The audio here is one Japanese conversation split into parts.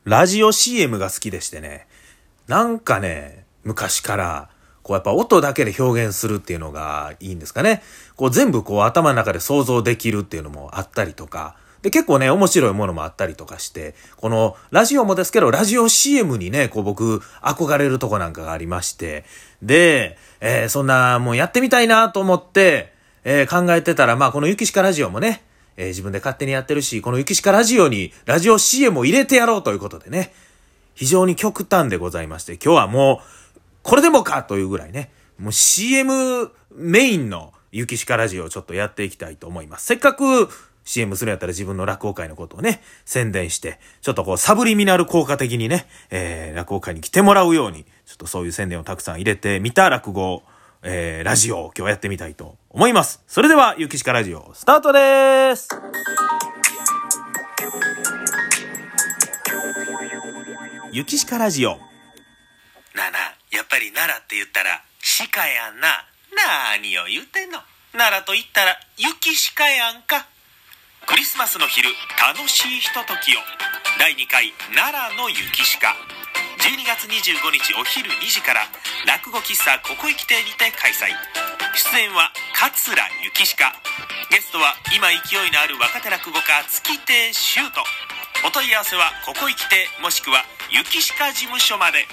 ラジオ CM が好きでしてね、なんかね、昔からこうやっぱ音だけで表現するっていうのがいいんですかね。こう全部こう頭の中で想像できるっていうのもあったりとか、で結構ね面白いものもあったりとかして、このラジオもですけどラジオ CM にねこう僕憧れるとこなんかがありまして、で、そんなもんやってみたいなと思って、考えてたら、まあこのゆきしかラジオもね、自分で勝手にやってるし、このゆきしかラジオにラジオ CM を入れてやろうということでね、非常に極端でございまして、今日はもうこれでもかというぐらいね、もう CM メインのゆきしかラジオをちょっとやっていきたいと思います。せっかく CM するんやったら自分の落語会のことをね、宣伝して、ちょっとこうサブリミナル効果的にね、落語会に来てもらうように、ちょっとそういう宣伝をたくさん入れてみた落語、ラジオを今日やってみたいと思います。それではゆきしかラジオスタートです。ゆきしかラジオ。 なあなあ、やっぱり奈良って言ったら鹿やんな。何を言うてんの。奈良と言ったら雪鹿やんか。クリスマスの昼、楽しいひとときを。第2回奈良の雪鹿、12月25日お昼2時から落語喫茶ここいき亭にて開催。出演は桂雪鹿、ゲストは今勢いのある若手落語家月亭秀斗。お問い合わせはここいき亭もしくは雪鹿事務所まで。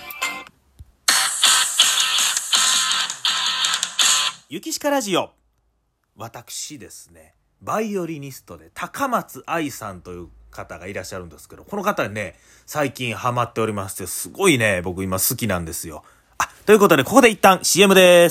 ゆきしかラジオ。私ですね、バイオリニストで高松愛さんという方がいらっしゃるんですけど、この方にね最近ハマっておりまして、すごいね僕今好きなんですよ。ということでここで一旦 CM です。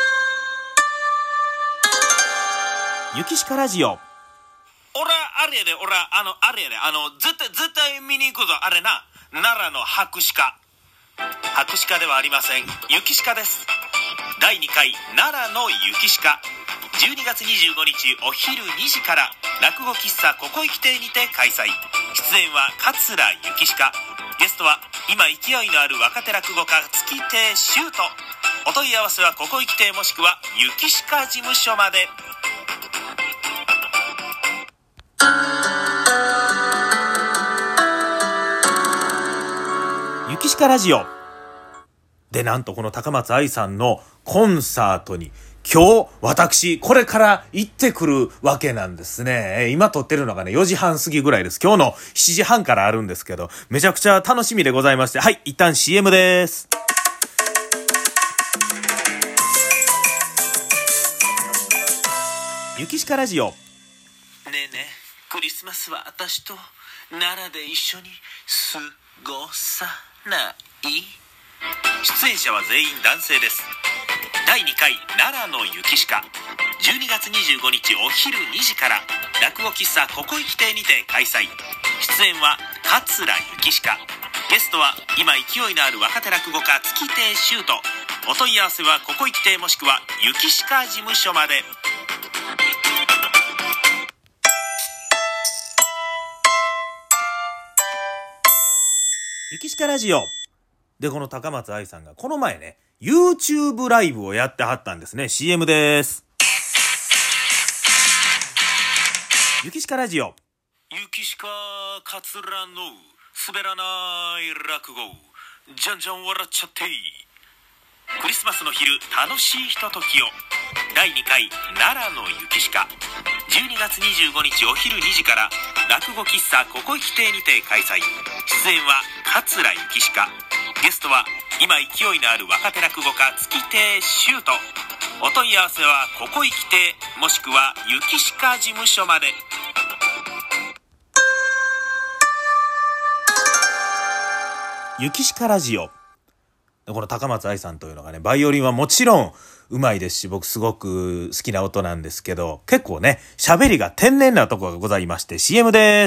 ゆきしかラジオ。 おらあれやで、おらあれやで、絶対見に行くぞ。あれな、奈良の白鹿。白鹿ではありません、雪鹿です。第2回奈良の雪鹿、12月25日お昼2時から落語喫茶ここいき亭にて開催。出演は桂雪鹿、ゲストは今勢いのある若手落語家月亭秀斗。お問い合わせはここいき亭もしくは雪鹿事務所まで。 ゆきしかラジオで、なんとこの高松愛さんのコンサートに今日私これから行ってくるわけなんですね。今撮ってるのがね4時半過ぎぐらいです。今日の7時半からあるんですけど、めちゃくちゃ楽しみでございまして、はい、一旦 CM です。ゆきしかラジオ。 ねえねえ、クリスマスは私と奈良で一緒に過ごさない？出演者は全員男性です。第2回奈良の雪鹿、12月25日お昼2時から落語喫茶ここいき亭にて開催。出演は桂雪鹿、ゲストは今勢いのある若手落語家月亭秀斗。お問い合わせはここいき亭もしくは雪鹿事務所まで。 ゆきしかラジオで、この高松愛さんがこの前ね YouTube ライブをやってはったんですね。 CM です。ゆきしかラジオ。 雪鹿桂の滑らない落語、じゃんじゃん笑っちゃっていい。クリスマスの昼、楽しいひとときを。第2回奈良の雪鹿、12月25日お昼2時から落語喫茶ここいき亭にて開催。出演は桂雪鹿、ゲストは今勢いのある若手落語家月亭秀斗。お問い合わせはここいき亭もしくは雪鹿事務所まで。 ゆきしかラジオ。この高松愛さんというのがね、バイオリンはもちろんうまいですし、僕すごく好きな音なんですけど、結構ね喋りが天然なところがございまして、 CM です。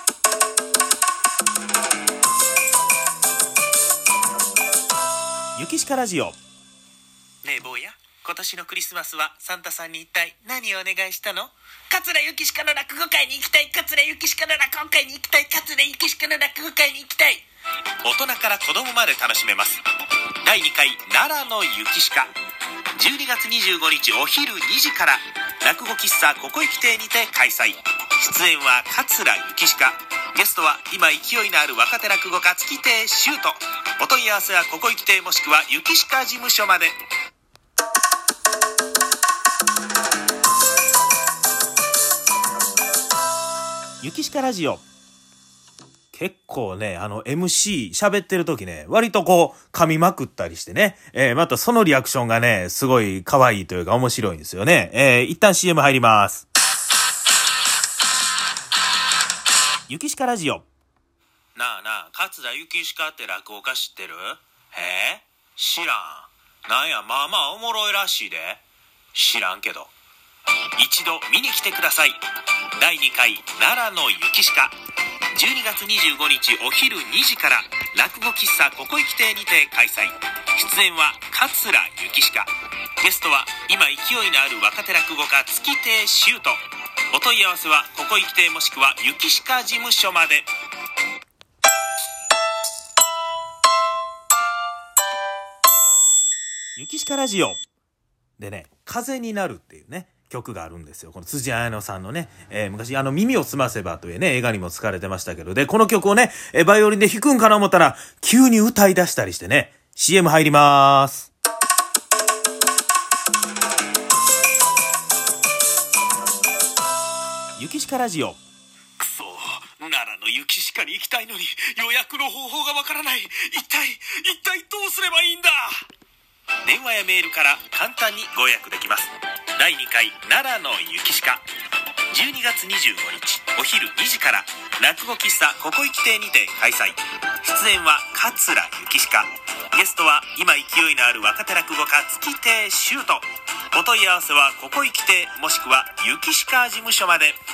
ゆきしかラジオ。 ねえ坊や、今年のクリスマスはサンタさんに一体何をお願いしたの？桂雪鹿の落語会に行きたい、桂雪鹿の落語会に行きたい、桂雪鹿の落語会に行きたい。大人から子供まで楽しめます。第2回奈良の雪鹿、12月25日お昼2時から落語喫茶ここいき亭にて開催。出演は桂雪鹿、 ゲストは今勢いのある若手落語家月亭シュート。お問い合わせはここいき亭もしくは雪鹿事務所まで。 雪鹿ラジオ。結構ね、MC 喋ってる時ね、割とこう、噛みまくったりしてね、またそのリアクションがね、すごい可愛いというか面白いんですよね。一旦 CM 入ります。雪鹿ラジオ。 なあなあ、桂雪鹿って落語家知ってる？知らん。なんや、まあまあおもろいらしいで。知らんけど。一度見に来てください。第2回奈良の雪鹿。12月25日お昼2時から落語喫茶ここいき亭にて開催。出演は桂雪鹿。ゲストは今勢いのある若手落語家月亭シュート。お問い合わせはここいき亭もしくは雪鹿事務所まで。 雪鹿ラジオでね、風になるっていうね曲があるんですよ。この辻彩乃さんのね、昔耳をすませばというね映画にも使われてましたけど、でこの曲をね、バイオリンで弾くんかな思ったら急に歌い出したりしてね。 CM 入ります。雪鹿ラジオ。 くそ、奈良の雪鹿に行きたいのに予約の方法がわからない。一体どうすればいいんだ。電話やメールから簡単にご予約できます。第2回奈良の雪鹿、12月25日お昼2時から落語喫茶ここいき亭にて開催。出演は桂雪鹿。ゲストは今勢いのある若手落語家月亭シュート。お問い合わせはここいき亭もしくは雪鹿事務所まで。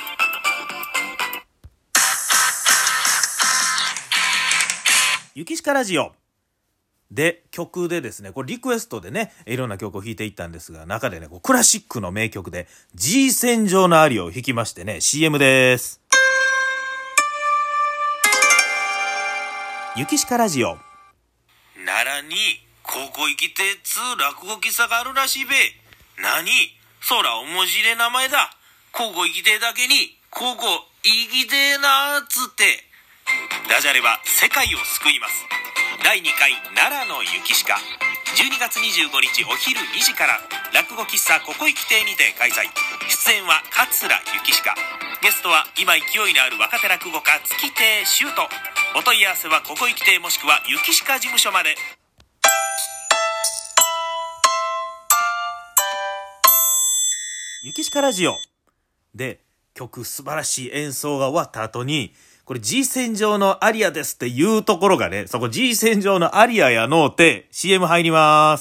雪鹿ラジオで、曲でですね、これリクエストでねいろんな曲を弾いていったんですが、中でねクラシックの名曲で G 線上のアリを弾きましてね CM です。雪鹿ラジオ。 奈良にここ行きてつ落語喫茶があるらしいべ。何そら面白い名前だ。ここ行きてだけにここ行きてなーつって。ダジャレは世界を救います。第2回奈良の雪鹿、12月25日お昼2時から落語喫茶ここいき亭にて開催。出演は桂雪鹿。ゲストは今勢いのある若手落語家月亭シュート。お問い合わせはここいき亭もしくは雪鹿事務所まで。 雪鹿ラジオで、曲素晴らしい演奏が終わった後に、これ G 線上のアリアですっていうところがね、そこ G 線上のアリアやのうて CM 入ります。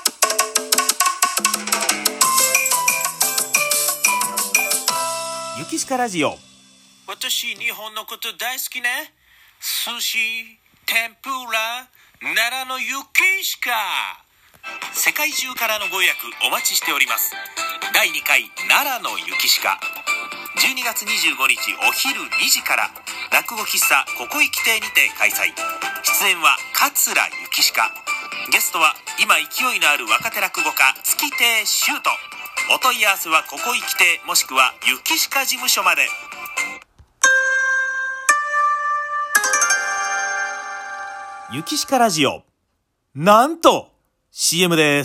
雪鹿ラジオ。 私日本のこと大好きね。寿司、天ぷら、奈良の雪鹿。世界中からのご予約お待ちしております。第2回奈良の雪鹿、12月25日お昼2時から落語喫茶ここいき亭にて開催。出演は桂雪鹿。ゲストは今勢いのある若手落語家月亭シュート。お問い合わせはここいき亭もしくは雪鹿事務所まで。 雪鹿ラジオ。なんと CM です。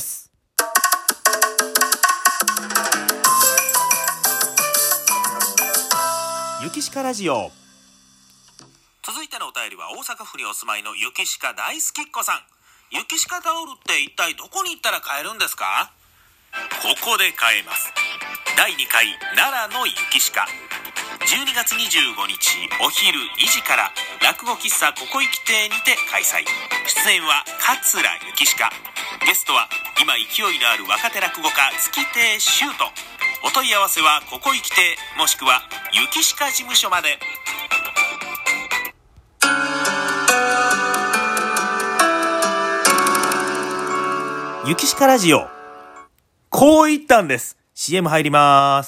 雪鹿ラジオ。 続いてのお便りは大阪府にお住まいの雪鹿大好きっ子さん。雪鹿タオルって一体どこに行ったら買えるんですか？ここで買えます。第2回奈良の雪鹿、12月25日お昼2時から落語喫茶ここいき亭にて開催。出演は桂雪鹿。ゲストは今勢いのある若手落語家月亭シュート。お問い合わせはここいき亭もしくは雪鹿事務所まで。 雪鹿ラジオ。こう言ったんです。 CM 入ります。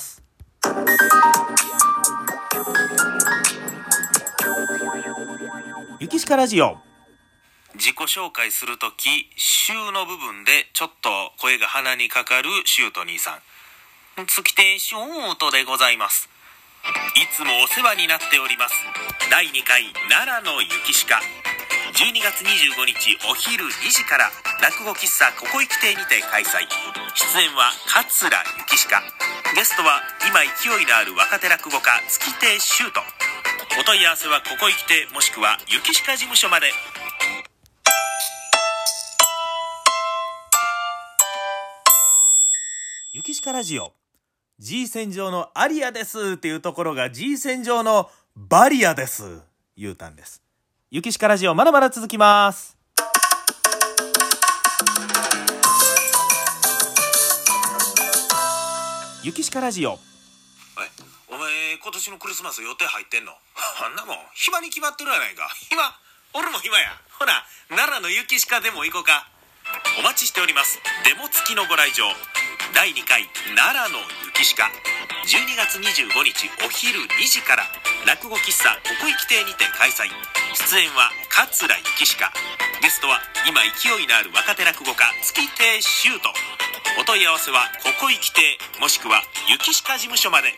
雪鹿ラジオ。 自己紹介するとき、シューの部分でちょっと声が鼻にかかるシュート兄さん。月亭シュートでございます。 いつもお世話になっております第2回奈良の雪鹿、12月25日お昼2時から落語喫茶ここいき亭にて開催。出演は桂雪鹿、ゲストは今勢いのある若手落語家月亭秀斗。お問い合わせはここいき亭もしくは雪鹿事務所まで。 雪鹿ラジオ G 線上のアリアですっていうところが G 線上のバリアです言うたんです。雪鹿ラジオまだまだ続きます。雪鹿ラジオ。 お前今年のクリスマス予定入ってんの？あんなもん暇に決まってるやないか。俺も暇や。ほな奈良の雪鹿でも行こうか。お待ちしております。デモ付きのご来場。第2回奈良の雪鹿、12月25日お昼2時から落語喫茶ここいき亭にて開催。出演は桂雪鹿、ゲストは今勢いのある若手落語家月亭秀斗。お問い合わせはここいき亭もしくは雪鹿事務所まで。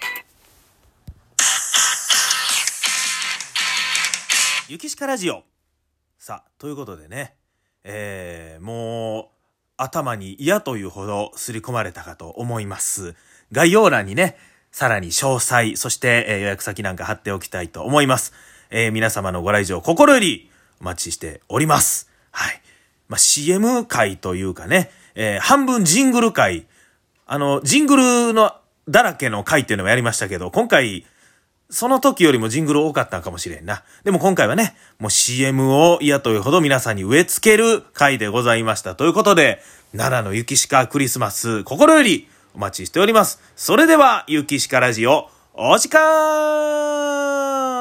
雪鹿ラジオ。さあということでね、もう頭に嫌というほど刷り込まれたかと思います。概要欄にねさらに詳細、そして、予約先なんか貼っておきたいと思います。皆様のご来場心よりお待ちしております。はい。CM 回というかね、半分ジングル回、ジングルのだらけの回っていうのもやりましたけど、今回その時よりもジングル多かったんかもしれんな。でも今回はね、もう CM を嫌というほど皆さんに植え付ける回でございました。ということで、奈良の雪鹿クリスマス心よりお待ちしております。それでは雪鹿ラジオお時間。